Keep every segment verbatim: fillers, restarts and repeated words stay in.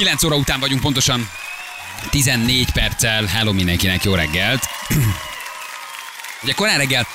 kilenc óra után vagyunk pontosan tizennégy perccel. Hello mindenkinek, jó reggelt. Ugye korán reggel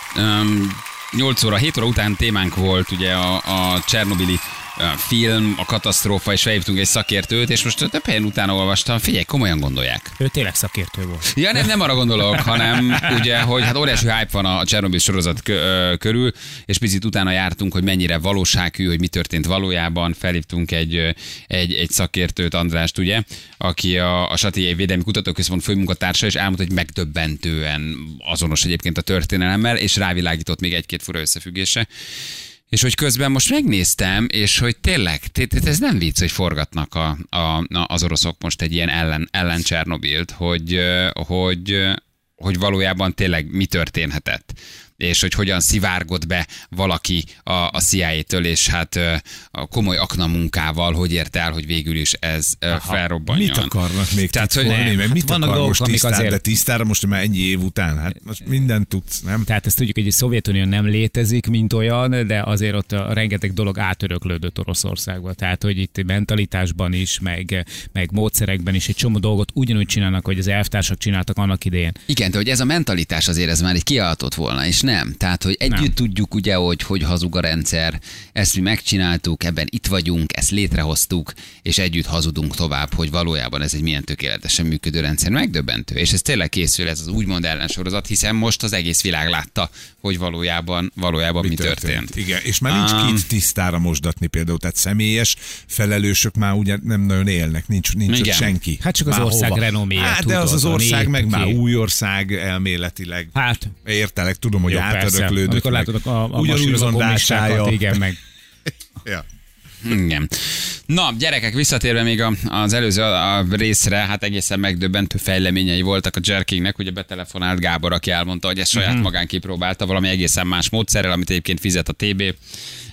um, nyolc óra, hét óra után témánk volt ugye a, a Csernobili film, a katasztrófa, és felhívtunk egy szakértőt, és most több helyen utána olvastam, figyelj, komolyan gondolják. Ő tényleg szakértő volt. Ja, nem, nem arra gondolok, hanem ugye, hogy hát óriási hype van a Csernobil sorozat körül, és picit utána jártunk, hogy mennyire valósághű, hogy mi történt valójában. Felhívtunk egy, egy, egy szakértőt, Andrást, ugye, aki a, a Satyéj Védelmi Kutatóközpont főmunkatársa, és elmondta, hogy megdöbbentően azonos egyébként a történelemmel, és rávilágított még egy-két fura összefüggésre. És hogy közben most megnéztem, és hogy tényleg, ez nem vicc, hogy forgatnak a, a, az oroszok most egy ilyen ellen, ellen Csernobilt, hogy, hogy, hogy valójában tényleg mi történhetett. És hogy hogyan szivárgott be valaki a, a C I A-től, és hát a komoly akna munkával, hogy ért el, hogy végül is ez Aha. felrobbanjon. Mit akarnak még titkolni, meg mit hát akar dolgok, most tisztára, azért... de tisztára most már ennyi év után? Hát most mindent tudsz, nem? Tehát ezt tudjuk, hogy a Szovjetunió nem létezik, mint olyan, de azért ott a rengeteg dolog átöröklődött Oroszországba. Tehát, hogy itt mentalitásban is, meg, meg módszerekben is egy csomó dolgot ugyanúgy csinálnak, hogy az elvtársak csináltak annak idején. Igen, de hogy ez a mentalitás azért ez már egy kialatott volna, és nem. Tehát, hogy együtt nem. tudjuk ugye, hogy hogy hazug a rendszer, ezt mi megcsináltuk, ebben itt vagyunk, ezt létrehoztuk, és együtt hazudunk tovább, hogy valójában ez egy milyen tökéletesen működő rendszer. Megdöbbentő. És ez tényleg készül, ez az úgymond ellensorozat, hiszen most az egész világ látta, hogy valójában, valójában mi, mi történt. történt. Igen, és már nincs um, két tisztára mosdatni például, tehát személyes felelősök már ugye nem nagyon élnek, nincs, nincs ott senki. Hát csak az már ország renoméja. Hát de az az ország meg már új ország elméletileg. Hát. Értelek, tudom, hogy átöröklődött. Amikor látod a, a ugyanúgy van dásája. Igen, meg. Ja. Igen. Na, gyerekek, visszatérve még az előző a részre, hát egészen megdöbbentő fejleményei voltak a Jerkingnek, ugye betelefonált Gábor, aki elmondta, hogy ezt saját uh-huh. magán kipróbálta valami egészen más módszerrel, amit egyébként fizet a té bé,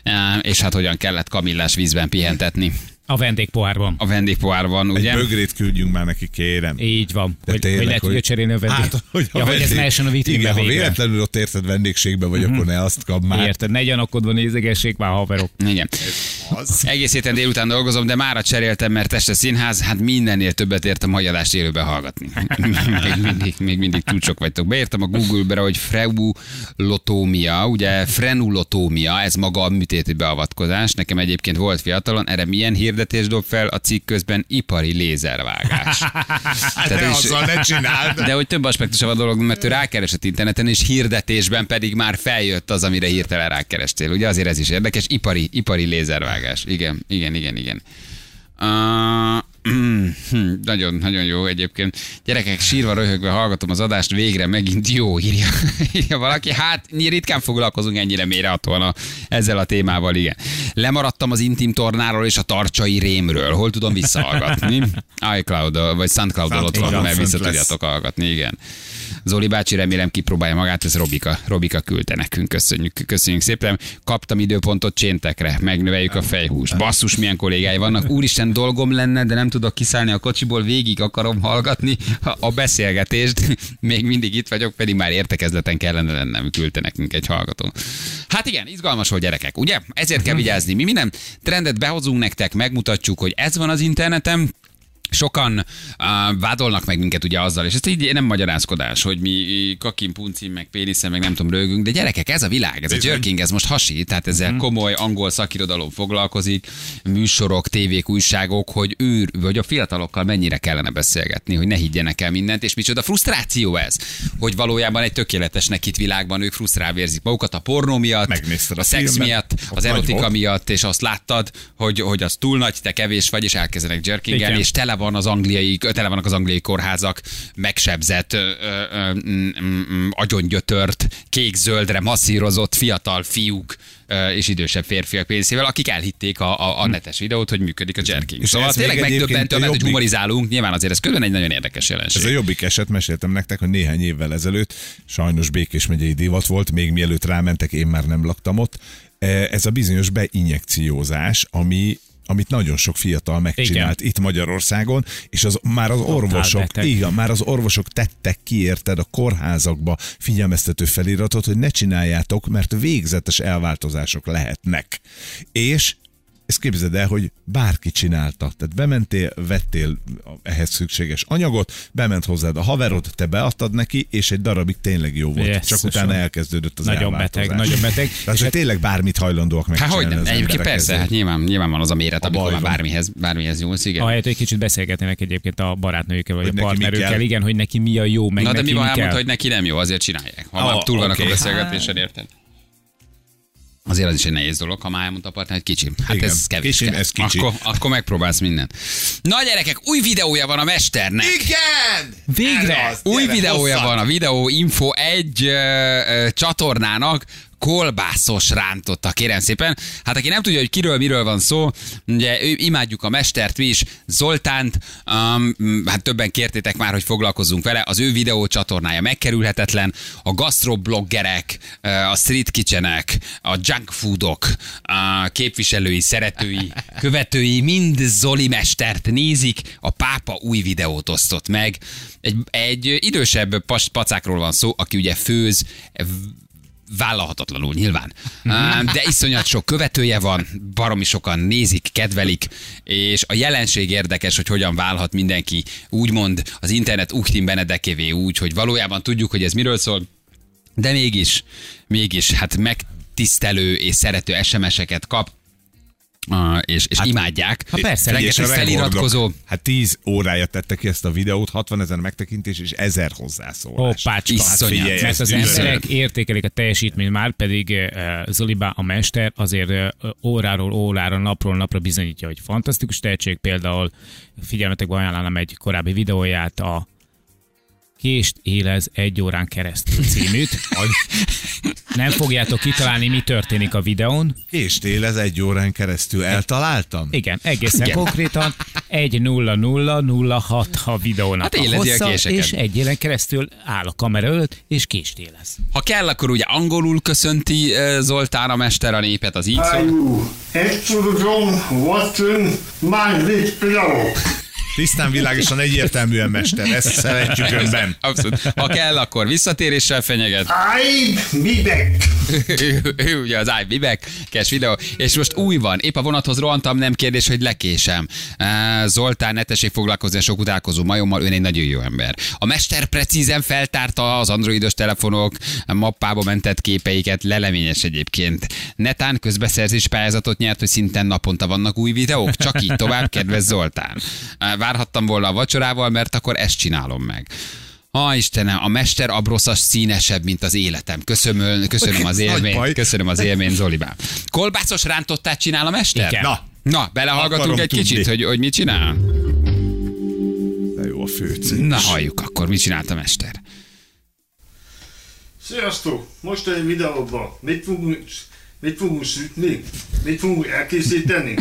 és hát hogyan kellett kamillás vízben pihentetni. A vendégpohárban. A vendégpohárban, ugye? Egy bögrét küldjünk már neki, kérem. Így van. De hogy, tényleg, hogy lehet, hogy cserélni a vendég. Hát, hogy, a ja, vendég... hogy ez ne essen a vitrínbe igen, végre. Ha véletlenül ott érted vendégségbe vagy, uh-huh. akkor ne azt kap már. Érted, ne gyanakodva nézegessék már haverok. Igen. Az. Egész héten délután dolgozom, de mára cseréltem, mert este színház, hát mindennél többet értem hagyadást élőben hallgatni. még, mindig, még mindig túl sok vagytok. Beírtam a Google-be, hogy freulotómia, ugye frenulotómia, ez maga a műtéti beavatkozás. Nekem egyébként volt fiatalon, erre milyen hirdetés dob fel a cikk közben? Ipari lézervágás. de is, azzal ne csináld. De hogy több aspektusa van a dolog, mert ő rákeresett interneten, és hirdetésben pedig már feljött az, amire hirtelen rákerestél. Ugye azért ez is érdekes. Ipari, ipari lézervágás. Igen, igen, igen, igen. Uh, nagyon, nagyon jó egyébként. Gyerekek, sírva röhögve hallgatom az adást, végre megint jó, írja, írja valaki. Hát ritkán foglalkozunk ennyire mélyrehatóan a, ezzel a témával, igen. Lemaradtam az intim tornáról és a tarcsai rémről. Hol tudom visszahallgatni? iCloud vagy SoundCloud-on ott van, mert vissza tudjátok hallgatni, igen. Zoli bácsi, remélem kipróbálja magát, ez Robika, Robika küldte nekünk, köszönjük, köszönjük szépen. Kaptam időpontot cséntekre, megnöveljük a fejhúst. Basszus, milyen kollégái vannak. Úristen, dolgom lenne, de nem tudok kiszállni a kocsiból, végig akarom hallgatni a beszélgetést. Még mindig itt vagyok, pedig már értekezleten kellene lennem, küldte nekünk egy hallgató. Hát igen, izgalmas volt, gyerekek, ugye? Ezért kell vigyázni. Mi minden trendet behozunk nektek, megmutatjuk, hogy ez van az interneten. Sokan uh, vádolnak meg minket ugye azzal, és ez így nem magyarázkodás, hogy mi kakin, puncin, meg péniszen, meg nem tudom, rögünk, de gyerekek, ez a világ, ez a jerking, ez most hasít, tehát ezzel komoly angol szakirodalom foglalkozik, műsorok, tévék, újságok, hogy ő, vagy a fiatalokkal mennyire kellene beszélgetni, hogy ne higgyenek el mindent, és micsoda frusztráció ez, hogy valójában egy tökéletesnek itt világban ők frusztrálva érzik magukat a pornó miatt, a, a szex miatt, az erotika miatt, és azt láttad, hogy, hogy az túl nagy, te kevés vagy, és elkezdenek jerkingelni, és tele van az angliai, tele vannak az angliai kórházak megsebzett, ö, ö, ö, agyongyötört, kék-zöldre masszírozott fiatal fiúk ö, és idősebb férfiak pénzével, akik elhitték a, a, a netes videót, hogy működik a jerking. Szóval tényleg megdöbbentő, mert hogy humorizálunk, nyilván azért ez külön egy nagyon érdekes jelenség. Ez a jobbik eset, meséltem nektek, hogy néhány évvel ezelőtt, sajnos Békés megyei divat volt, még mielőtt rámentek, én már nem laktam ott. Ez a bizonyos beinjekciózás, ami amit nagyon sok fiatal megcsinált igen. itt Magyarországon, és az már az orvosok, igen, már az orvosok tettek ki, érted, a kórházakba figyelmeztető feliratot, hogy ne csináljátok, mert végzetes elváltozások lehetnek. És ezt képzeld el, hogy bárki csinálta. Tehát bementél, vettél ehhez szükséges anyagot, bement hozzád a haverod, te beadtad neki, és egy darabig tényleg jó volt. Yes, Csak utána elkezdődött az nagyon elváltozás. beteg, nagyon beteg. Tehát, hogy tényleg bármit hajlandóak Hát megcsinálni. hogy nem, az egyébként emberek persze, ezzel. hát nyilván, nyilván van az a méret, A amikor baj már van. bármihez, bármihez nyúlsz, igen. Ahelyett, hogy kicsit beszélgetnének egyébként a barátnőkkel, vagy Hogy a neki mi partnerükkel, kell. igen, hogy neki mi a jó, meg Na de neki mi van, mi elmondta, kell. hogy neki nem jó, azért csinálják. Ha Ah, már túl vannak oké. a beszélgetésen, érted? Azért az is egy nehéz dolog, ha már elmondta a partner, hogy kicsim. Hát Igen. ez kevés. Kicsim, kell. ez kicsi. Akkor, akkor megpróbálsz mindent. Na gyerekek, új videója van a mesternek. Igen! Végre! Ez az, Új gyere, videója hosszat. van a Videó Info egy ö, ö, csatornának, kolbászos rántotta, kérem szépen. Hát aki nem tudja, hogy kiről, miről van szó, ugye ő, imádjuk a mestert mi is, Zoltánt, um, hát többen kértétek már, hogy foglalkozzunk vele, az ő videó csatornája megkerülhetetlen, a gastrobloggerek, a street kitchenek, a junk foodok, a képviselői, szeretői, követői, mind Zoli mestert nézik, a pápa új videót osztott meg. Egy, egy idősebb pas, pacákról van szó, aki ugye főz, vállalhatatlanul nyilván. De iszonyat sok követője van, baromi sokan nézik, kedvelik, és a jelenség érdekes, hogy hogyan válhat mindenki úgymond az internet Uchtin Benedekévé úgy, hogy valójában tudjuk, hogy ez miről szól, de mégis, mégis, hát megtisztelő és szerető es em es-eket kap, Uh, és, és hát, imádják. Ha persze, rengeteg És a feliratkozó. rekordok. Hát tíz órája tette ki ezt a videót, hatvan ezer megtekintés és ezer hozzászólás. Hoppácska, Iszonyat. hát figyelj, ez mert az üzenet. emberek értékelik a teljesítményt, már pedig uh, Zolibá a mester azért uh, óráról órára, napról napra bizonyítja, hogy fantasztikus tehetség. Például figyelmetekbe ajánlom egy korábbi videóját, a Kést élez egy órán keresztül címűt. Nem fogjátok kitalálni, mi történik a videón. Késtél ez egy órán keresztül. Eltaláltam? Igen, egészen Igen. konkrétan egy nulla nulla nulla hat a videónak Hát a élezi a hossza, késeket. és egy élen keresztül áll a kamera előtt, és kést élez. Ha kell, akkor ugye angolul köszönti uh, Zoltán a mester a népet, az így szól. Hallo, Entschuldigung, was denn mein Lichtblau? Tisztán világosan egyértelműen mester. Ezt szeretjük önben. Abszolút. Ha kell, akkor visszatéréssel fenyeget. I'm me back. ő, ő ugye az I Be Back, kes videó, és most új van. Épp a vonathoz rohantam, nem kérdés, hogy lekésem. Uh, Zoltán, ne tessék foglalkozni a sok utálkozó majommal, ő egy nagyon jó ember. A mester precízen feltárta az androidos telefonok mappába mentett képeiket, leleményes egyébként. Netán közbeszerzés pályázatot nyert, hogy szinten naponta vannak új videók, csak így tovább, kedves Zoltán. Uh, várhattam volna a vacsorával, mert akkor ezt csinálom meg. Ha Istenem, a mester abroszas színesebb, mint az életem. Köszönöm, köszönöm az Nagy baj. élményt, köszönöm az élményt, Zolibám. Kolbászos rántottát csinál a mester? Igen. Na, Na, belehallgatunk Akarom egy tudni. kicsit, hogy, hogy mit csinál? de jó a főcím. Na, halljuk akkor, mit csinált a mester. Sziasztok! Most egy videóban mit fogunk, mit fogunk sütni? Mit fogunk elkészíteni?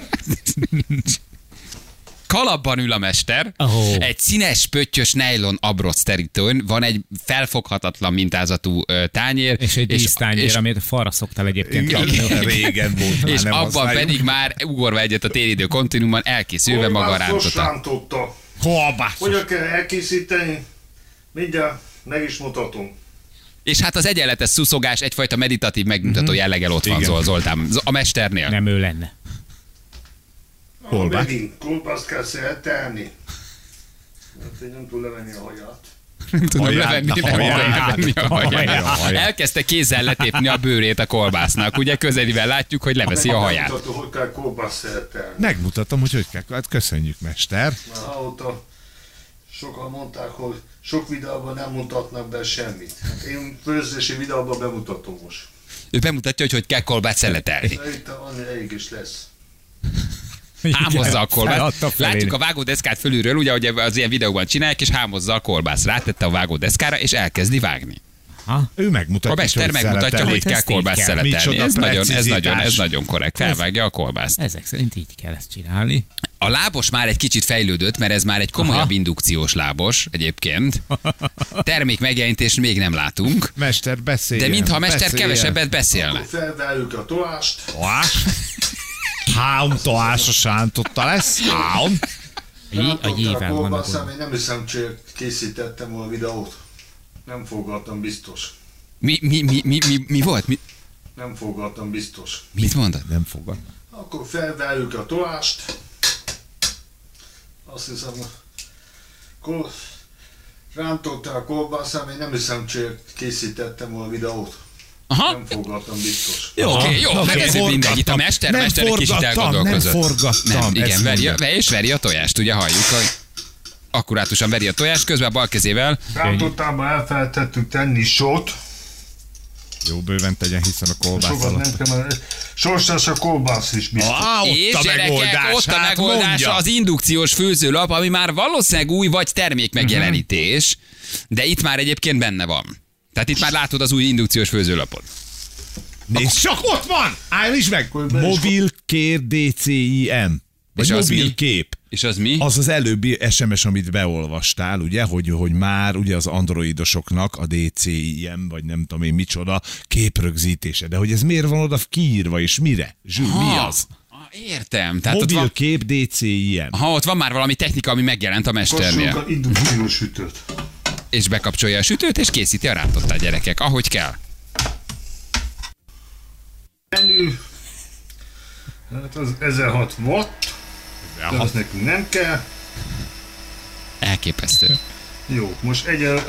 Kalapban ül a mester, Oh. egy színes, pöttyös nejlon abrosz terítőn, van egy felfoghatatlan mintázatú ö, tányér. És egy dísztányér, és, amit falra szoktál egyébként. Igen, rakni. régen volt. már és nem abban használjuk. pedig már ugorva egyet a téridő kontinúmban elkészülve maga a Kolbászos rántotta. rántotta. Kolbászos. Hogyan kell elkészíteni? Mindjárt meg is mutatom. És hát az egyenletes szuszogás egyfajta meditatív megmutató jelleggel ott van Igen. Zol- Zoltán, a mesternél. Nem ő lenne. Kolbász. Megint kolbászt kell szeltelni. Hát én nem tudom levenni a haját. Nem tudom Haját, levenni, na, nem tudom haját, levenni a haját. haját. Elkezdte kézzel letépni a bőrét a kolbásznak. Ugye közelivel látjuk, hogy leveszi a haját. Megmutatom, hogy kell kolbászt szeltelni. Megmutatom, hogy hogy kell. Hát köszönjük, mester. Már hallottam, sokan mondták, hogy sok videóban nem mutatnak be semmit. Hát én főzési videóban bemutatom most. Ő bemutatja, hogy hogy kell kolbászt szeletelni. Szerintem annyi elég is lesz. Hámozza a kolbászt. Feladta felé. Látjuk a vágódeszkát fölülről, ugye, hogy az ilyen videóban csinálják, és hámozza a kolbászt. Rátette a vágódeszkára, és elkezdi vágni. Ha? Ő megmutatja, A mester hogy megmutatja, szeletelik. hogy kell ezt így kolbászt kell. szeletelni. Micsoda Ez nagyon, ez, precizitás. nagyon, ez nagyon korrekt. Felvágja a kolbászt. Ezek szerint így kell ezt csinálni. A lábos már egy kicsit fejlődött, mert ez már egy komolyabb Aha. indukciós lábos egyébként. Termék megjelentést még nem látunk, Mester, beszéljen. de mintha a mester beszéljen. kevesebbet beszélne. Felváljuk a tojást. Toás? Háom toásos rántotta lesz? Háom? A jé- A jével vannak. Kolbászám, én nem hiszem, hogy készítettem volna a videót. Nem fogadtam biztos. Mi, mi, mi, mi, mi, mi volt? Mi, Nem fogadtam biztos. mit mondod? Nem fogad. A Akkor felveljük a tojást. Azt hiszem, kol... rántottál a kolbászám, én nem hiszem, hogy készítettem volna videót. Aha. Nem forgattam biztos. Jó, oké, okay, jó, okay, okay, ez mindegy. Itt a mester, nem mester egy kicsit forgattam, elgondolkozott. Nem forgattam, nem, igen, veri, mondja. és veri a tojást, ugye halljuk, hogy akkurátusan veri a tojást, közben a bal kezével. Rántottában elfelejtettük tenni sót. Jó, bőven tegyen, hiszen a kolbász Sokat alatt. nem kell, mert sós a kolbász is biztos. Á, ott És a gyerekek, megoldás, ott a hát megoldás mondja. az indukciós főzőlap, ami már valószínűleg új vagy termék megjelenítés, de itt már egyébként benne van. Tehát itt már látod az új indukciós főzőlapot. Nézd, csak ott van! Állj is meg! Mobil kér dé cé i em. Vagy És az mobil mi? kép. És az mi? Az az előbbi es em es, amit beolvastál, ugye, hogy, hogy már ugye az androidosoknak a dé cé i em, vagy nem tudom én micsoda, képrögzítése. De hogy ez miért van oda kiírva, és mire? Zsű, mi Ha, az? Értem. Tehát ott Mobil van, kép dé cé i em. ha ott van már valami technika, ami megjelent a Kassunk mesternél. a indukciós sütőt. És bekapcsolja a sütőt, és készíti a rántottát, gyerekek, ahogy kell. Menü. Hát az ezerhat watt. De az nekünk nem kell. Elképesztő. Jó, most egyel...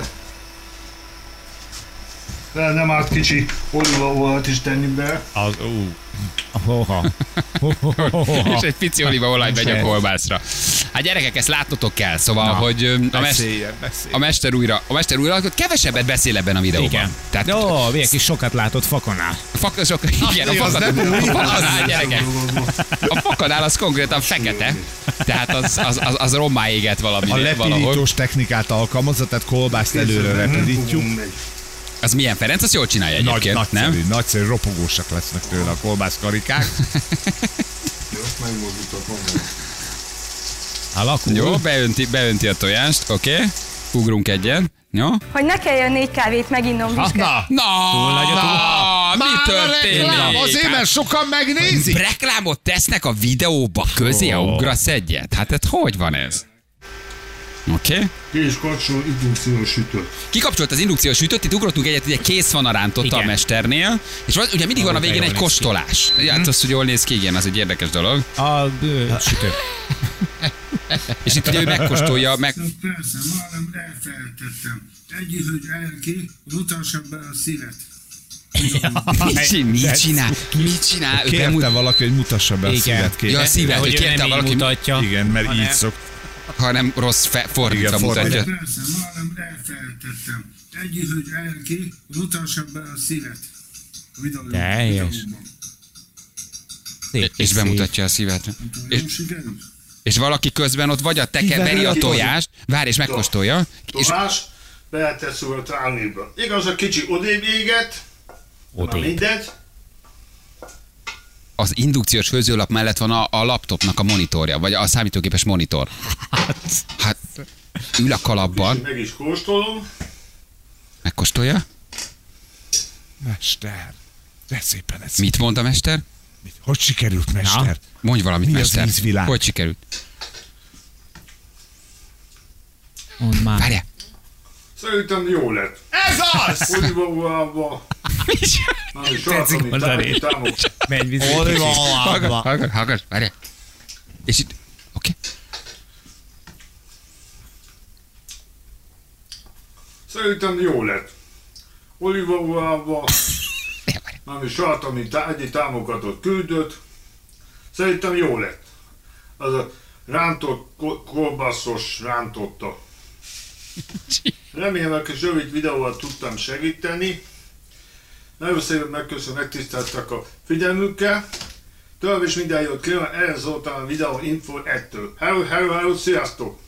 De nem árt kicsi olívaolajat is tenni be. Az, ú. Hoha. És egy pici olívaolaj megy a Se. kolbászra. Hát gyerekek, ezt látnotok kell, szóval, Na, hogy ö, a, mester, Beszéljen, beszéljen. a mester újra, a mester újra, akkor kevesebbet beszél ebben a videóban. Igen. Tehát Ó, milyen kis sokat látott fakonál. a fakasok, igen, a az fakad, nem a új, fakadál, gyerekek. A fakadál az konkrétan fekete, tehát az, az, az, az rommá égett valami, A valahol. lepirítós technikát alkalmazza, tehát kolbászt előre repirítjuk. Az milyen Ferenc, azt jól csinálja Nagy, egyébként, nagyszerű, nem? nagyszerű, ropogósak lesznek tőle a kolbászkarikák. Jó, megmozdított magam. Alakul. Jó, beönti, beönti a tojást, oké. Okay. Ugrunk egyen. Jó? Hogy ne kelljen négy kávét meginnom vizsgálni. Na, Na, Túl nagy a túl. na, mi történik? Azért, mert sokan megnézik. Reklámot tesznek a videóba közé, ha ugrasz egyet? Hát ez hogy van ez? Oké. Okay. Ki is kapcsol indukciós sütőt. Kikapcsolt az indukciós sütőt, itt ugrottunk egyet, ugye kész van a rántotta a Igen. mesternél, és van, ugye mindig van a Ahol végén jól egy néz ki. kóstolás. Ja, hát az, hogy jól néz ki, igen, az egy érdekes dolog. A ö, sütő. És itt ugye ő megkóstolja, meg... Persze, majdnem elfelejtettem. Egy hölgy elki, mutassa be a szívet. Mit csinál? Mit csinál? Mit csinál? Ő Kérte bemut- valaki, hogy mutassa be a Igen. szívet. Kérte. Ja, a szívet, hogy Hogy ő kérte nem így valaki, mutatja. Igen, mert hanem- így szokt. hanem rossz fe, fordítva Igen, mutatja. fordítva. Persze, majdnem elfelejtettem. Egy hölgy elki, mutassa be a szívet. A videó- Teljes. videóban. Szép, És szép. bemutatja a szívet. És, Nem sikerült? és valaki közben ott vagy a teker, veri a tojást, vár és megkóstolja, és Tojás, beletesszük a trálnéba. Igaz, a kicsi odébb éget, már Odébb. mindegy. az indukciós főzőlap mellett van a, a laptopnak a monitorja, vagy a számítógépes monitor. Hát ül a kalapban, Meg is kóstolom. megkóstolja. Mester, de szépen ez. Mit mond a mester? Mit? Hogy sikerült, mester? Mondj valamit, Mi az mester. ízvilág? Hogy sikerült? Mondd már. Várjál. Szerintem jó lett. Ez az! Olívaolajba. Nem is Tetszik tartom, mondani. itt támog. Menj vissza. Hallgass, hallgass, hallgass, várjál. És itt, oké. Szerintem jó lett. Olívaolajba. Várjál, várjál. Nem is tartom, itt egy támogatott küldött. Szerintem jó lett. Az a rántott, ko- kolbászos rántotta. Remélem, hogy egy rövid videóval tudtam segíteni. Nagyon szépen megköszönöm, megtiszteltek a figyelmükkel. Tovább is minden jót kívánok, ez volt a videó info ettől. Hello, hello, hello, sziasztok!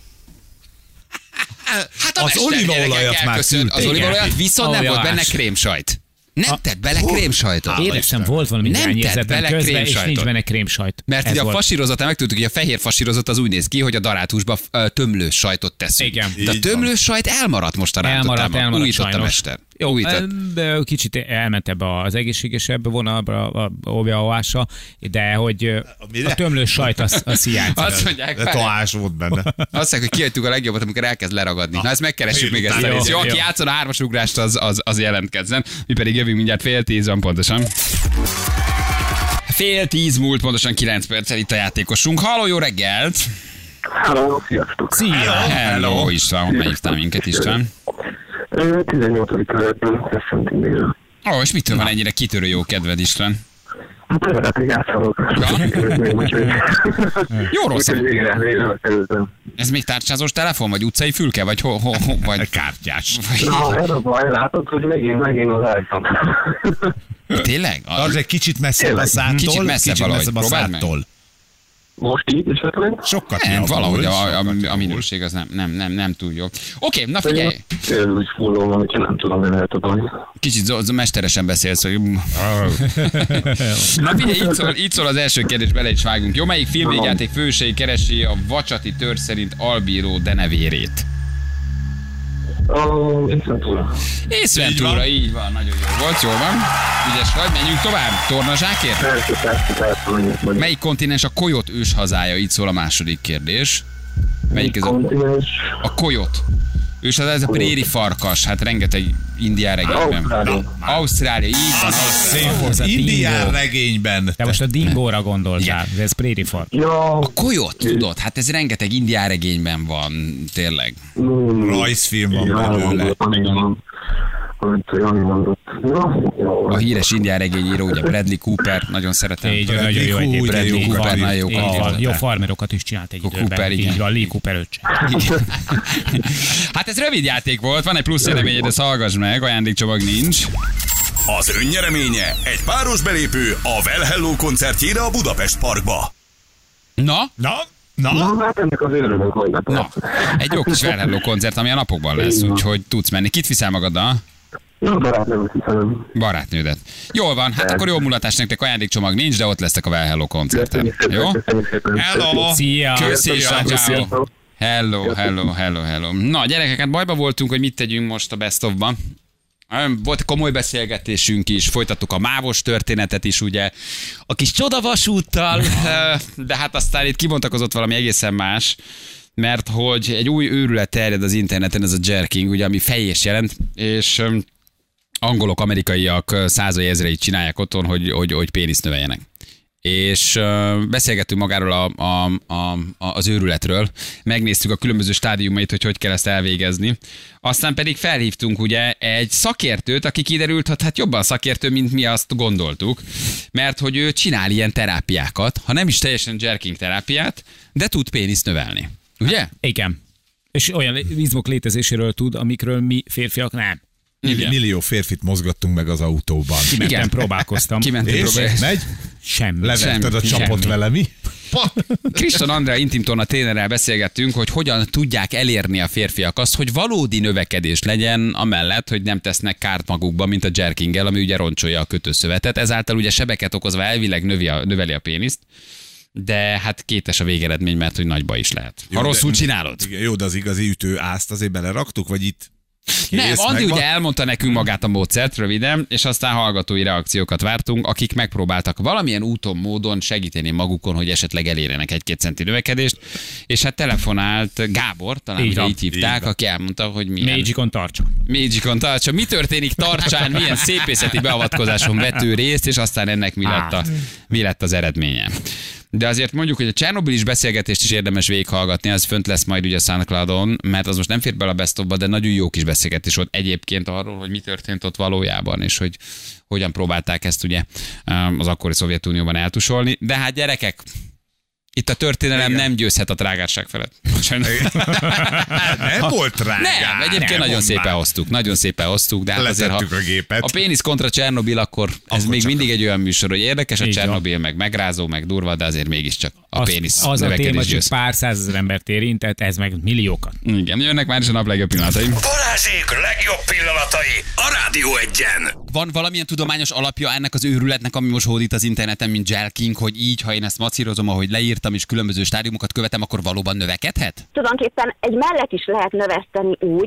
Hát a Az mester olívaolajat gyerekek már elköszön. Az küldték. olívaolajat viszont nem volt benne Aljas. krémsajt. Nem tett bele krémsajtot. Éreztem, volt valami Nem tett irányérzetem bele közben, és krémsajtot. nincs benne krémsajt. Mert Ez ugye a volt. fasírozatán megtudtuk, hogy a fehér fasírozat az úgy néz ki, hogy a darátusba ö, tömlős sajtot teszünk. Igen. De a Így tömlős sajt elmaradt most a Elmaradt, rántottában. elmaradt Újított a sajnos. mester. Jó, Újított. de kicsit elment ebbe az egészségesebb vonalba a olívaolajásra, de hogy ö, Mire? a tömlős sajt az, az hiányzik. Azt mondják, De várjál. toás volt benne. Azt mondják, hogy kihagytuk a legjobbat, amikor elkezd leragadni. Na, ezt megkeressük még ezt a Jó, részt. Jó, jó. aki játszon a hármas ugrást, az, az, az jelentkezzen. Mi pedig jövünk mindjárt fél tíz van pontosan. Fél tíz múlt, pontosan kilenc perccel itt a játékosunk. Halló, jó reggelt! Hello, sziasztok! Szia! Hello, István, honnan hívtál minket, István? tizennyolcadik kerületben, Szentendrén. Ó, és mitől van ennyire kitörő jó kedved, István? Hát eredetileg átszállok a kerületben, úgyhogy... Jó rossz. Úgyhogy végre, végre kerültem. Ez még tárcsázós telefon, vagy utcai fülke, vagy ho, ho, ho vagy Kártyás. Na, ez a baj, látod, hogy megint, megint az iPhone. Tényleg? A, Az egy kicsit messzebb a száttól. Kicsit messzebb valahogy. messzebb a Próbáld meg. száttól. Most így esetleg? Sokat nem, javul, valahogy a, a, sokat a javul. minőség az nem, nem, nem, nem túl jó. Oké, na figyelj, Ez úgy fulló van, úgyhogy nem tudom, hogy lehet adani. kicsit zo- zo- mesteresen beszélsz, hogy... Na figyelj, így szól, így szól az első kérdés, bele is vágunk. Jó, melyik filmvégyjáték fősei keresi a vacsati törzs szerint albíró denevérét? A Észentúra. Észventúra, így van, nagyon jó volt, jó van. Ügyes vagy, menjünk tovább. Tornazsákért? Persze, persze, persze, menjünk, menjünk. Melyik kontinens a Kojot őshazája? Így szól a második kérdés. Melyik ez a, Kontinens. a Kojot? Őshazája, ez a préri farkas, hát rengeteg indián regényben. Ausztrália. Ausztrália, így van. Szép Ausztrália. volt. a Indián dingo. regényben. Te most a dingóra gondoltál, Igen. ez préri far. Ja, A Kojot, tudod? Hát ez rengeteg indián regényben van, tényleg. mm, Rajzfilm van igen, belőle. gondoltam, igen. Amit Jani mondott. Ja, jó. A híres indián regényíró, ugye Bradley Cooper, nagyon szeretem. Így, nagyon jó Hú, egyébként. de jó Így Cooper, van, nagyon jó így kaland. van. Jó farmerokat is csinált egy A időben. Cooper, igen. Így van, Lee Cooper öccse. Igen. Hát ez rövid játék volt, van egy plusz véleményed, ezt hallgass meg, ajándékcsomag nincs. Az önnyereménye egy páros belépő a Well Hello koncertjére a Budapest Parkba. Na, Na, na. Na, hát ennek az örülök, hogy hát na, egy jó kis Well Hello koncert, ami a napokban lesz, úgyhogy tudsz menni. Kit viszel magaddal? Na, barátnőm, hiszem. Barátnődet. Jól van, hát akkor jó mulatást nektek, ajándékcsomag nincs, de ott lesztek a Well Hello koncerten. Jó? Köszönjük szépen. Hello. Szia! Köszi, Sziasztok, ciao. sziasztok. Hello, hello, hello, hello. Na, gyerekek, hát bajba voltunk, hogy mit tegyünk most a Best of-ban. Volt komoly beszélgetésünk is, folytattuk a mávos történetet is, ugye, a kis csodavasúttal, de hát aztán itt kibontakozott valami egészen más, mert hogy egy új őrület terjed az interneten, ez a jerking, ugye, ami fejés jelent, és um, angolok, amerikaiak százai ezreit csinálják otthon, hogy, hogy, hogy péniszt növeljenek. És uh, beszélgettünk magáról a, a, a, az őrületről, megnéztük a különböző stádiumait, hogy hogy kell ezt elvégezni. Aztán pedig felhívtunk ugye egy szakértőt, aki kiderült, hogy hát jobban szakértő, mint mi azt gondoltuk, mert hogy ő csinál ilyen terápiákat, ha nem is teljesen jerking terápiát, de tud péniszt növelni. Ugye? Igen. És olyan izmok létezéséről tud, amikről mi férfiak nem. Igen. Millió férfit mozgattunk meg az autóban. Kimentem, Igen. próbálkoztam. Kimentem, És próbálni. megy? Semmi. Leverted a Semmi. csapot Semmi. vele, mi? Kriston Andrea intimtorna trénerrel beszélgettünk, hogy hogyan tudják elérni a férfiak azt, hogy valódi növekedés legyen amellett, hogy nem tesznek kárt magukba, mint a jerkinggel, ami ugye roncsolja a kötőszövetet. Ezáltal ugye sebeket okozva elvileg növi a, növeli a péniszt, de hát kétes a végeredmény, mert hogy nagy baj is lehet. Ha Jó, de- rosszul csinálod. Igen, jó, de az igazi ütő ázt azért beleraktuk, vagy itt? Nem, Kész, Andi megvan? ugye elmondta nekünk magát a módszert röviden, és aztán hallgatói reakciókat vártunk, akik megpróbáltak valamilyen úton, módon segíteni magukon, hogy esetleg elérjenek egy-két centi növekedést, és hát telefonált Gábor, talán Így ugye van. így hívták, Így van. aki elmondta, hogy milyen... Magicon tartsa. Magicon tartsa. Mi történik Tartsán, milyen szépészeti beavatkozáson vett ő részt, és aztán ennek mi lett, a, mi lett az eredménye. De azért mondjuk, hogy a Csernobilis beszélgetést is érdemes végighallgatni, az fönt lesz majd ugye a SoundCloudon, mert az most nem fér bele a Best of-ba, de nagyon jó kis beszélgetés volt egyébként arról, hogy mi történt ott valójában, és hogy hogyan próbálták ezt ugye az akkori Szovjetunióban eltusolni. De hát gyerekek, itt a történelem Igen. nem győzhet a trágárság felett. Nem volt rá. Nem, egyébként nagyon szépen hoztuk, nagyon szépen hoztuk, de hát azért, ha Letettük a gépet. a pénisz kontra Csernobil, akkor ez Akkor még csak mindig egy olyan műsor, hogy érdekes a Így van. Csernobil, meg megrázó, meg durva, de azért mégiscsak a Az, pénisz az a téma növekedés csak győz. pár százezer embert érintett, ez meg milliókat. Igen, jönnek már is a nap legjobb pillanatai. Balázsék legjobb pillanatai a Rádió Egyen. Van valamilyen tudományos alapja ennek az őrületnek, ami most hódít az interneten, mint jerking, hogy így, ha én ezt macírozom, ahogy leírtam, és különböző stádiumokat követem, akkor valóban növekedhet? Tulajdonképpen egy mellet is lehet növeszteni úgy,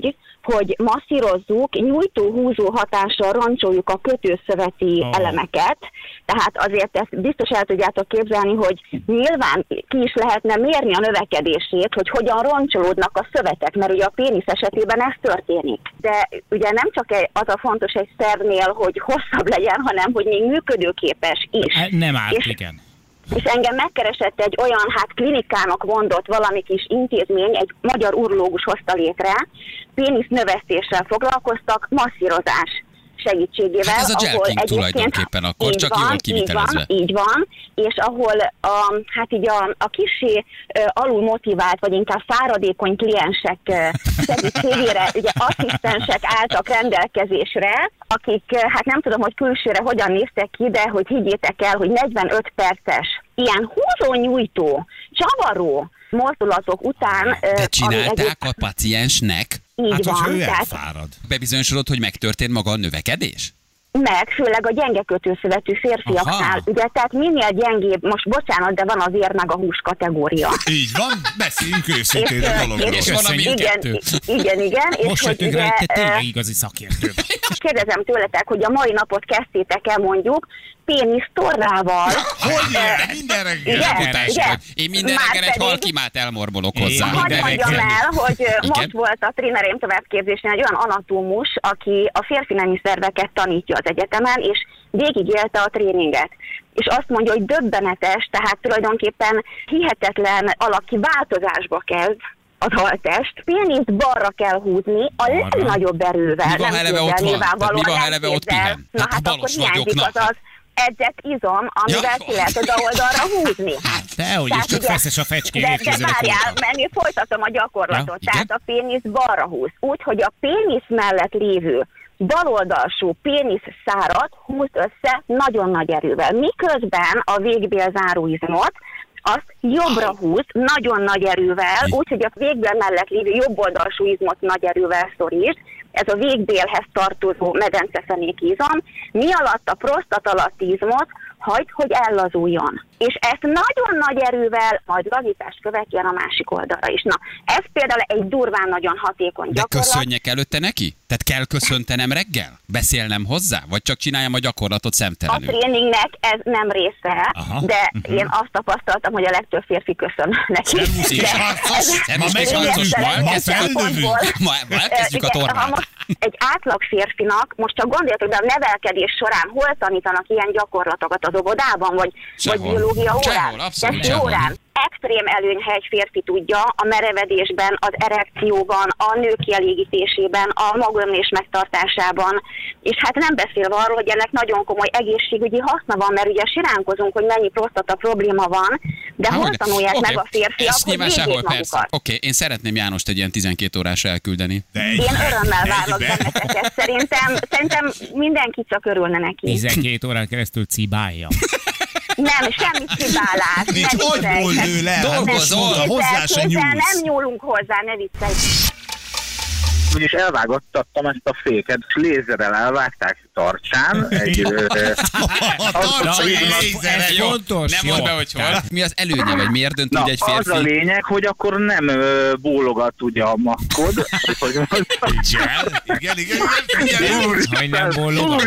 hogy masszírozzuk, nyújtó-húzó hatással roncsoljuk a kötőszöveti oh. elemeket, tehát azért ezt biztos el tudjátok képzelni, hogy nyilván ki is lehetne mérni a növekedését, hogy hogyan roncsolódnak a szövetek, mert ugye a pénisz esetében ez történik. De ugye nem csak az a fontos egy szervnél, hogy hosszabb legyen, hanem hogy még működőképes is. Nem árt, és, igen. És engem megkeresett egy olyan, hát klinikának mondott valami kis intézmény, egy magyar urológus hozta létre, pénisz növesztéssel foglalkoztak, masszírozás segítségével. Hát ez a gelking tulajdonképpen akkor, csak van, jól kivitelezve. Így van, így van, és ahol a, hát így a, a kissé uh, alul motivált, vagy inkább fáradékony kliensek uh, segítségére ugye asszisztensek álltak rendelkezésre, akik uh, hát nem tudom, hogy külsőre hogyan néztek ki, de hogy higgyétek el, hogy negyvenöt perces ilyen húzó-nyújtó, csavaró mozdulatok után... De csinálták egy... a paciensnek? Így hát, van. hogy ő tehát... elfárad. Bebizonyosodott, hogy megtörtént maga a növekedés? Meg, főleg a gyenge kötőszövetű férfiaknál. Aha. Ugye, tehát minél gyengébb, most bocsánat, de van a vér meg a hús kategória. Így van, beszéljünk őszintén a dologról. És van a igen, igen, igen. Most jöttünk rá, hogy te tényleg igazi szakértő. Kérdezem tőletek, hogy a mai napot kezdtétek el mondjuk pénisz torrával. Hogy minden reggel? Igen, igen. Én minden reggel egy halkimát elmorbolok hozzá. Hadd mondjam el, hogy igen? Most volt a trénerém továbbképzésen egy olyan anatómus, aki a férfi nemi szerveket tanítja az egyetemen, és végigélte a tréninget. És azt mondja, hogy döbbenetes, tehát tulajdonképpen hihetetlen alaki változásba kezd az haltest. Péniszt balra kell húzni a legnagyobb erővel. Mi van, ha eleve ott van? Tehát mi van, ha eleve ott pihen? Na hát akkor hiányzik az az edzett izom, amivel ja. ki lehet oda oldalra húzni. Dehogy is, csak feszes a fecské. De, de várjál, mert én folytatom a gyakorlatot. Ja, tehát a pénisz balra húz. Úgy, hogy a pénisz mellett lévő baloldalsó pénisz szárat húz össze nagyon nagy erővel. Miközben a végbél záróizmot azt jobbra húz, nagyon nagy erővel, úgyhogy a végbél mellett lévő jobb oldalsó izmot nagy erővel szorít. Ez a végbélhez tartozó medencefenéki izom, mi alatt a prosztat alatti izmot hagyd, hogy ellazuljon. És ezt nagyon nagy erővel majd lazítást követően a másik oldalra is. Na, ez például egy durván nagyon hatékony De gyakorlat. De köszönjek előtte neki? Tehát kell köszöntenem reggel? Beszélnem hozzá? Vagy csak csináljam a gyakorlatot szemtelenül? A tréningnek ez nem része, Aha. de uh-huh. én azt tapasztaltam, hogy a legtöbb férfi köszön neki. Szervusz és harcos! Szervusz és harcos! Ma elkezdjük a tornát. Egy átlag férfinak, most csak gondoljatok, de a nevelkedés során hol tanítanak ilyen gyakorlatokat az óvodában, vagy, vagy biológia órán? Testi órán. Extrém előny, ha egy férfi tudja a merevedésben, az erekcióban, a nő kielégítésében, a magömlés megtartásában, és hát nem beszélve arról, hogy ennek nagyon komoly egészségügyi haszna van, mert ugye siránkozunk, hogy mennyi prostata probléma van, de hol tanulják okay. meg a férfiak, hogy védjék magukat. Oké, okay. Én szeretném Jánost egy ilyen tizenkét órásra elküldeni. Én örömmel várlak benneteket. Szerintem, szerintem mindenki csak örülne neki. tizenkét órán keresztül cibálja. Nem, semmi cibálás. Nincs agyból nő le. Dolgozol, hozzá se nyúlsz. Nem nyúlunk hozzá, ne viccelj. Úgyis elvágottattam ezt a féket, és lézerrel elvágták tartsán. Egy, ez fontos. Nem mondd be, hogy hol. Mi az előnye, vagy miért dönt úgy egy férfi? Az a lényeg, hogy akkor nem ö, bólogat ugye a makkod. Igen, igen, igen, igen. Hogy nem bólogat.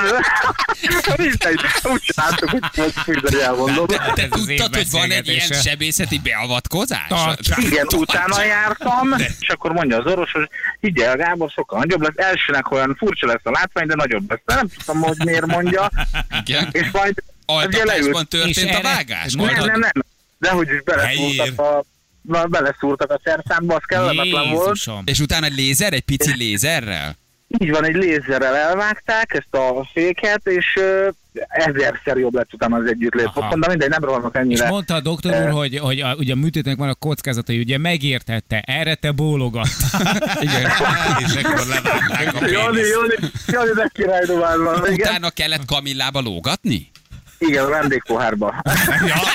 Úgy csináltuk, hogy most elmondom. Te tudtad, hogy van egy ilyen sebészeti beavatkozás? Igen, utána jártam, és akkor mondja az orvos, hogy el, Gábor, sokkal nagyobb lesz. Elsőnek olyan furcsa lesz a látvány, de nagyobb lesz. Nem tudom, hogy miért mondja. Igen. És majd... Altatásban történt a vágás? Nem, nem, nem. Dehogy is beleszúrtak a... beleszúrtak a szerszámba, az kellemetlen volt. És utána egy lézer, egy pici lézerrel? Így van, egy lézerrel elvágták ezt a féket, és uh, ezerszer jobb lett utána az együttlét. Mondom, mindegy, nem rohanok ennyire. És mondta a doktor úr, uh, hogy, hogy a, ugye a műtétnek van a kockázata, hogy ugye megértette, erre te bólogat. Igen. És akkor levágták a pénisz. Jani, Jani, Jani, de királydobál van. Utána kellett Kamillába lógatni? Igen, a vendégpohárba. Ja,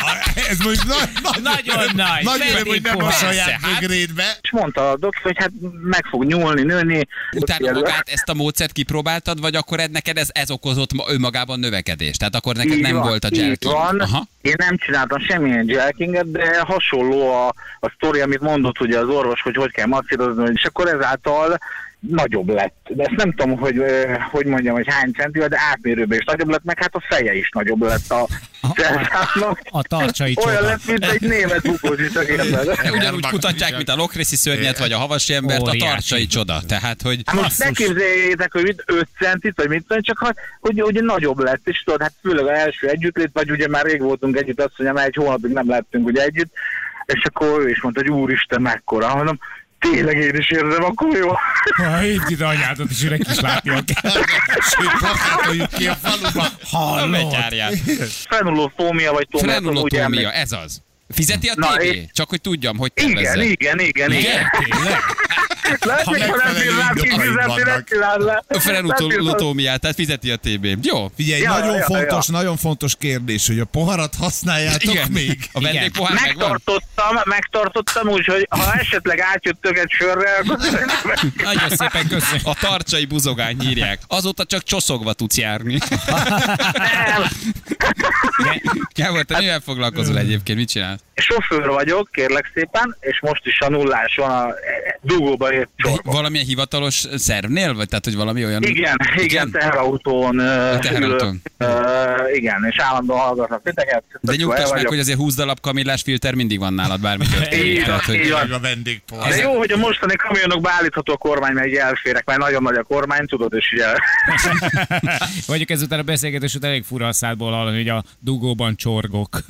Ez most nagy, Nagyon nagy. Nagy öröm, hogy nem a saját hát- bögrédbe. És mondta a doktor, hogy hát meg fog nyúlni, nőni. Utána magát ezt a módszert kipróbáltad, vagy akkor ez neked ez, ez okozott ma- önmagában növekedést? Tehát akkor neked Így nem van, volt a így jelking? van. Aha. Én nem csináltam semmilyen jelkinget, de hasonló a, a sztori, amit mondott ugye az orvos, hogy hogy kell masszírozni, és akkor ezáltal nagyobb lett. De ezt nem tudom, hogy eh, hogy mondjam, hogy hány centivel, de átmérőben is nagyobb lett, meg hát a feje is nagyobb lett a szerszámnak. A tartsai Olyan csoda. lett, mint egy német bukózsi, csak érted. Ugyanúgy kutatják, mint a lokrészi szörnyet, vagy a havasi embert, a Óriási. tartsai csoda. Tehát, hogy Hát most ne képzeljétek, hogy mit öt centit, vagy mit tudom, csak hogy, hogy ugye nagyobb lett, és tudod, hát főleg az első együttlét, vagy ugye már rég voltunk együtt, azt mondja, már egy hónapig nem lettünk ugye együtt, és akkor ő is mondta, hogy úristen, mekkora, mondom, tényleg én is érzem, akkor jó. Ha itt ide anyádat is üres is látni kell. Sőt, plakátoljuk ki a faluba. hallod? Megy Frenulofómia, vagy tomátom, ugye Frenulotómia, emlékszem. ez az. Fizeti a Na, té bé? én- Csak hogy tudjam, hogy Igen, tervezze. igen, igen, igen. Tényleg? Lehet, hogy ha nem megfelelő bírnám indokaid kifizetni, nem vannak. csinál le. A frenulotómiát, tehát fizeti a té bé. Jó. Figyelj, Ja, nagyon ja, fontos, ja. nagyon fontos kérdés, hogy a poharat használjátok Igen. még. A vendégpohár megvan? Megtartottam, megtartottam, úgyhogy ha esetleg átjöttök egy sörre, akkor... Nagyon szépen köszönöm. A tartsai buzogány írják. Azóta csak csoszogva tudsz járni. Nem. Gábor, te mivel foglalkozol egyébként? Mit csinálsz? Sofőr vagyok, kérlek szépen, és most is a nullás van a dugóba ért De csorba. valamilyen hivatalos szervnél? Vagy tehát, hogy valami olyan... Igen, igen, teherautón. ö, teherautón. ülök. Ö, Igen, és állandóan hallgatlak titeket. De Tök jó, nyugtass el meg, vagyok. hogy azért húsz darab kamillás filter mindig van nálad, bármi Így történik. van, Tehát, hogy... így van. Meg a vendégpohar. De jó, hogy a mostani kamionokba állítható a kormány, mert így elférek, mert nagyon nagy a kormány, tudod, és ugye... Mondjuk ezután a beszélgetés után elég fura a szádból hallani, hogy a dugóban csorgok.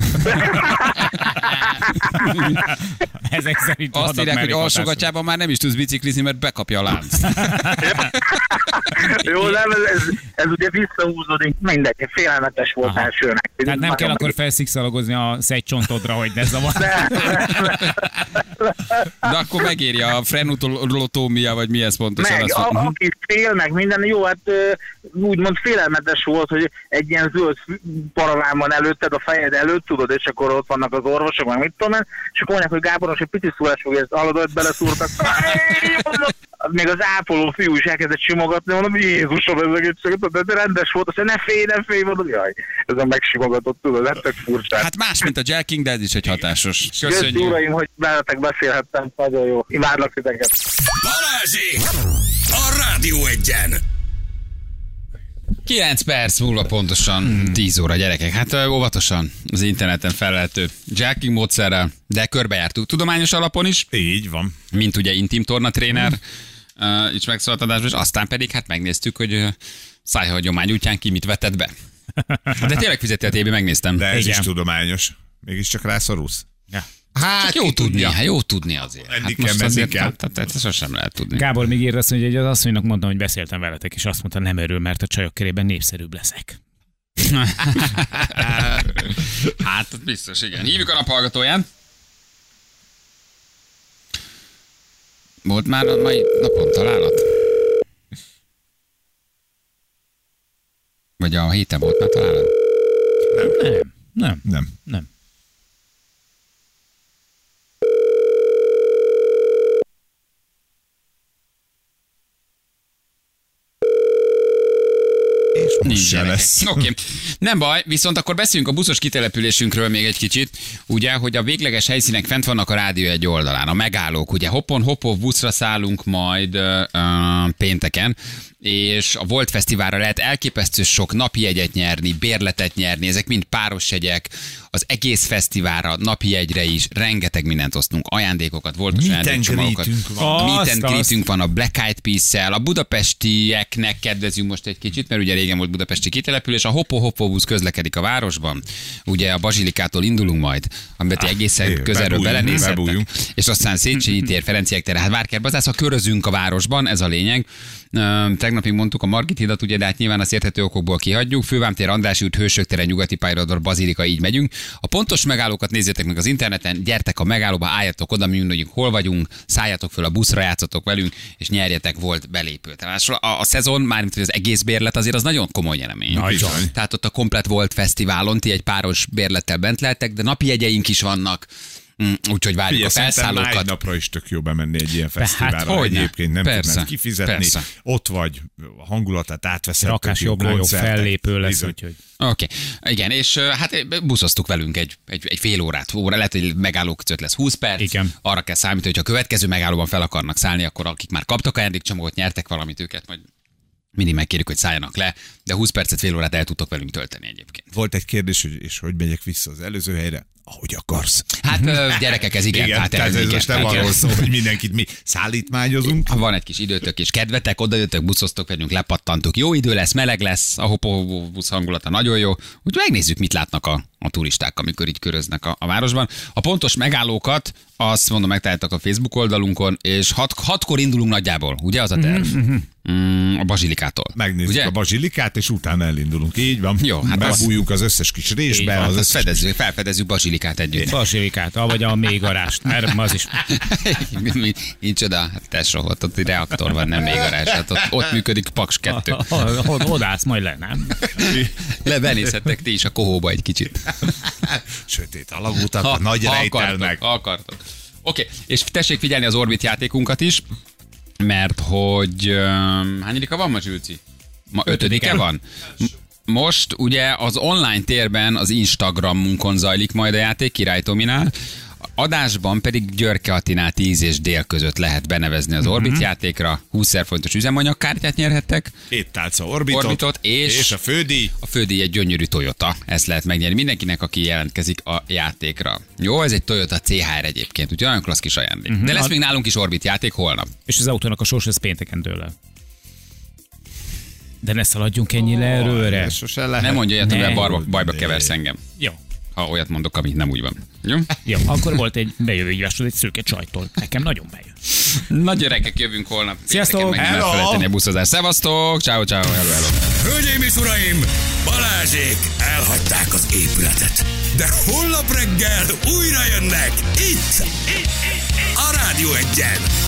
Ezek szerint Azt vannak írják, hogy mellékhatások. alsógatyában már nem is tudsz biciklizni, mert bekapja a lánc. Jó, nem, ez, ez, ez ugye visszahúzódik, mindegy, félelmetes volt Aha. elsőnek. Tehát nem Nagyon kell akkor meg- felszikszalagozni a szegycsontodra, hogy ne zavar. Nem, nem, nem. De akkor megéri a frenulotómia, vagy mi ez pontosan? Meg, Azt a, mondom. aki fél, meg minden, jó, hát ö, úgymond félelmetes volt, hogy egy ilyen zöld fü- paraván van előtted, a fejed előtt, tudod, és akkor ott vannak az orvosok, meg mit tudom én, és akkor mondják, hogy Gábor, most egy pici szólás fog, ezt hallod, hogy beleszúrtak. Még az ápoló fiú is elkezdett simogatni, mondom, Jézusom, ez egészséget, de, de rendes volt, azt mondja, ne félj, ne félj, mondom, jaj, ezen megsimogatott, tudod, ez tök furcsán. Hát más, mint a jelking, de ez is egy hatásos. Köszönjük, Köszönjük. uraim, hogy veletek beszélhettem, nagyon jó. Imádlak titeket. Balázsék! A Rádió Egyen! kilenc perc múlva pontosan hmm. tíz óra, gyerekek. Hát ö, óvatosan az interneten felelhető jelking módszerrel, de körbejártuk tudományos alapon is, Így van. mint ugye intim tornatréner hmm. uh, is megszólalt adásban, és aztán pedig hát megnéztük, hogy uh, szájhagyomány útján ki mit vetett be. De tényleg fizeti a té bé, megnéztem. De ez Igen. is tudományos. Mégiscsak rászorulsz. Ja. Hát, Csak jó ki tudni, tudja. hát jó tudni azért. Menni Hát kell, most menni azért, kell. hát, hát, ezt sosem lehet tudni. Gábor még írt azt, hogy egy az asszonynak mondtam, hogy beszéltem veletek, és azt mondta, nem örül, mert a csajok körében népszerűbb leszek. Hát biztos, igen. Hívjuk a naphallgatóján. Volt már a mai napon találat? Vagy a héten volt már találat? Nem, nem, Nem. nem. És most Nincs se gyerekek. lesz. Oké, okay. Nem baj, viszont akkor beszéljünk a buszos kitelepülésünkről még egy kicsit. Ugye, hogy a végleges helyszínek fent vannak a Rádió egy oldalán, a megállók. Ugye Hopon Hopov buszra szállunk majd uh, pénteken, és a Volt Fesztiválra lehet elképesztő sok napi jegyet nyerni, bérletet nyerni, ezek mind páros jegyek, az egész fesztiválra, napi jegyre is, rengeteg mindent osztunk, ajándékokat, voltos Meet and ajándékcsomagokat. greetünk van. Meet Azt, and azt. greetünk van a Black Eyed Peas-szel, a budapestieknek kedvezünk most egy kicsit, mert ugye régen volt budapesti kitelepülés, a Hopo Hopo busz közlekedik a városban, ugye a Bazilikától indulunk majd, amiben ah, egészen jé, közelről bebújjunk, belenézhettek, bebújjunk. és aztán Széchenyi tér, Ferenciek tér, hát Várkert Bazász, a körözünk a városban, ez a lényeg. Ö, Tegnap tegnapig mondtuk a Margit hidat, ugye, de hát nyilván az érthető okokból kihagyjuk. Fővámtér, Andrássy út, Hősök tere, Nyugati pályaudvar, Bazilika, így megyünk. A pontos megállókat nézzétek meg az interneten, gyertek a megállóba, álljatok oda, mi mondjuk hol vagyunk, szálljatok föl a buszra, játszatok velünk, és nyerjetek volt belépőt. A, a szezon, mármint az egész bérlet azért az nagyon komoly nyeremény. Nagyon. Tehát ott a komplet volt fesztiválon, ti egy páros bérlettel bent lehettek, de napi jegyeink is vannak. Mm, úgyhogy várjuk a felszállókat. Egy napra is tök jó bemenni egy ilyen fesztiválra. Hát, hogyne. Egyébként nem Persze. tudnád kifizetni. Persze. Ott vagy, a hangulatát átveszed. Rakás jobbnál jobb fellépő lesz, úgyhogy. Oké, okay. Igen, és hát buszoztuk velünk egy, egy, egy fél órát, óra, lehet, hogy megálló között lesz húsz perc. Igen. Arra kell számítani, hogy ha a következő megállóban fel akarnak szállni, akkor akik már kaptak ajándékcsomagot, nyertek valamit, őket majd mindig megkérjük, hogy szálljanak le, de húsz percet, fél órát el tudtok velünk tölteni egyébként. Volt egy kérdés, hogy és hogy megyek vissza az előző helyre? Ahogy akarsz. Hát gyerekek, ez igen. Igen, hát tehát ez igen, most nem igen. arról szól, hogy mindenkit mi szállítmányozunk. Ha van egy kis időtök és kedvetek, odajöttök, buszoztok velünk, lepattantuk. Jó idő lesz, meleg lesz, a hopó busz hangulata nagyon jó. Úgyhogy megnézzük, mit látnak a, a turisták, amikor így köröznek a, a városban. A pontos megállókat, azt mondom, megtaláltak a Facebook oldalunkon, és hat, hatkor indulunk nagyjából, ugye az a terv? Mm-hmm. Mm, a Bazilikától. Megnézzük ugye? A Bazilikát, és utána elindulunk. Így van. Jó, hát megbújjunk az összes kis résbe. Van, az hát összes... fedezzük, felfedezzük Bazilikát együtt. Bazilikát, vagy a mélygarást, mert az is. Nincs oda, hát tesó, ott, ott reaktor van, nem mélygarázs. Hát ott, ott működik Paks kettő. Odász majd le, nem? Lebenézhettek ti is a kohóba egy kicsit. Sötét alagútak, a nagy rejtelmek. Akartok. Oké, okay. És tessék figyelni az Orbit játékunkat is, mert hogy um, hányadika van ma, Zsülci? Ma ötödike van. Most ugye az online térben az Instagramunkon zajlik majd a játék, Király Tominál. Adásban pedig Györke Attinál tíz és dél között lehet benevezni az Orbit mm-hmm. játékra. húszezer forintos üzemanyagkártyát nyerhettek. Két tálca Orbitot, Orbitot és, és a fődíj. A fődíj egy gyönyörű Toyota. Ezt lehet megnyerni mindenkinek, aki jelentkezik a játékra. Jó, ez egy Toyota cé há er egyébként, úgyhogy olyan klassz kis ajándék. Mm-hmm. De lesz még nálunk is Orbit játék holnap. És az autónak a sors, ez pénteken dől el. De ne szaladjunk ennyire oh, erőre. Nem mondja ilyet, hogy bajba, bajba ne. keversz engem. Jó. Ha olyat mondok, amit nem úgy van. Jó? Jó, akkor volt egy bejövő írásod egy szőke csajtól. Nekem nagyon bejön. Nagy gyerekek, jövünk holnap. Sziasztok! Hello! A buszozás. Szevasztok! Ciao, ciao, hello, hello. Hölgyeim és uraim, Balázsék elhagyták az épületet. De holnap reggel újra jönnek itt, itt, itt, itt. A Rádió Egyen.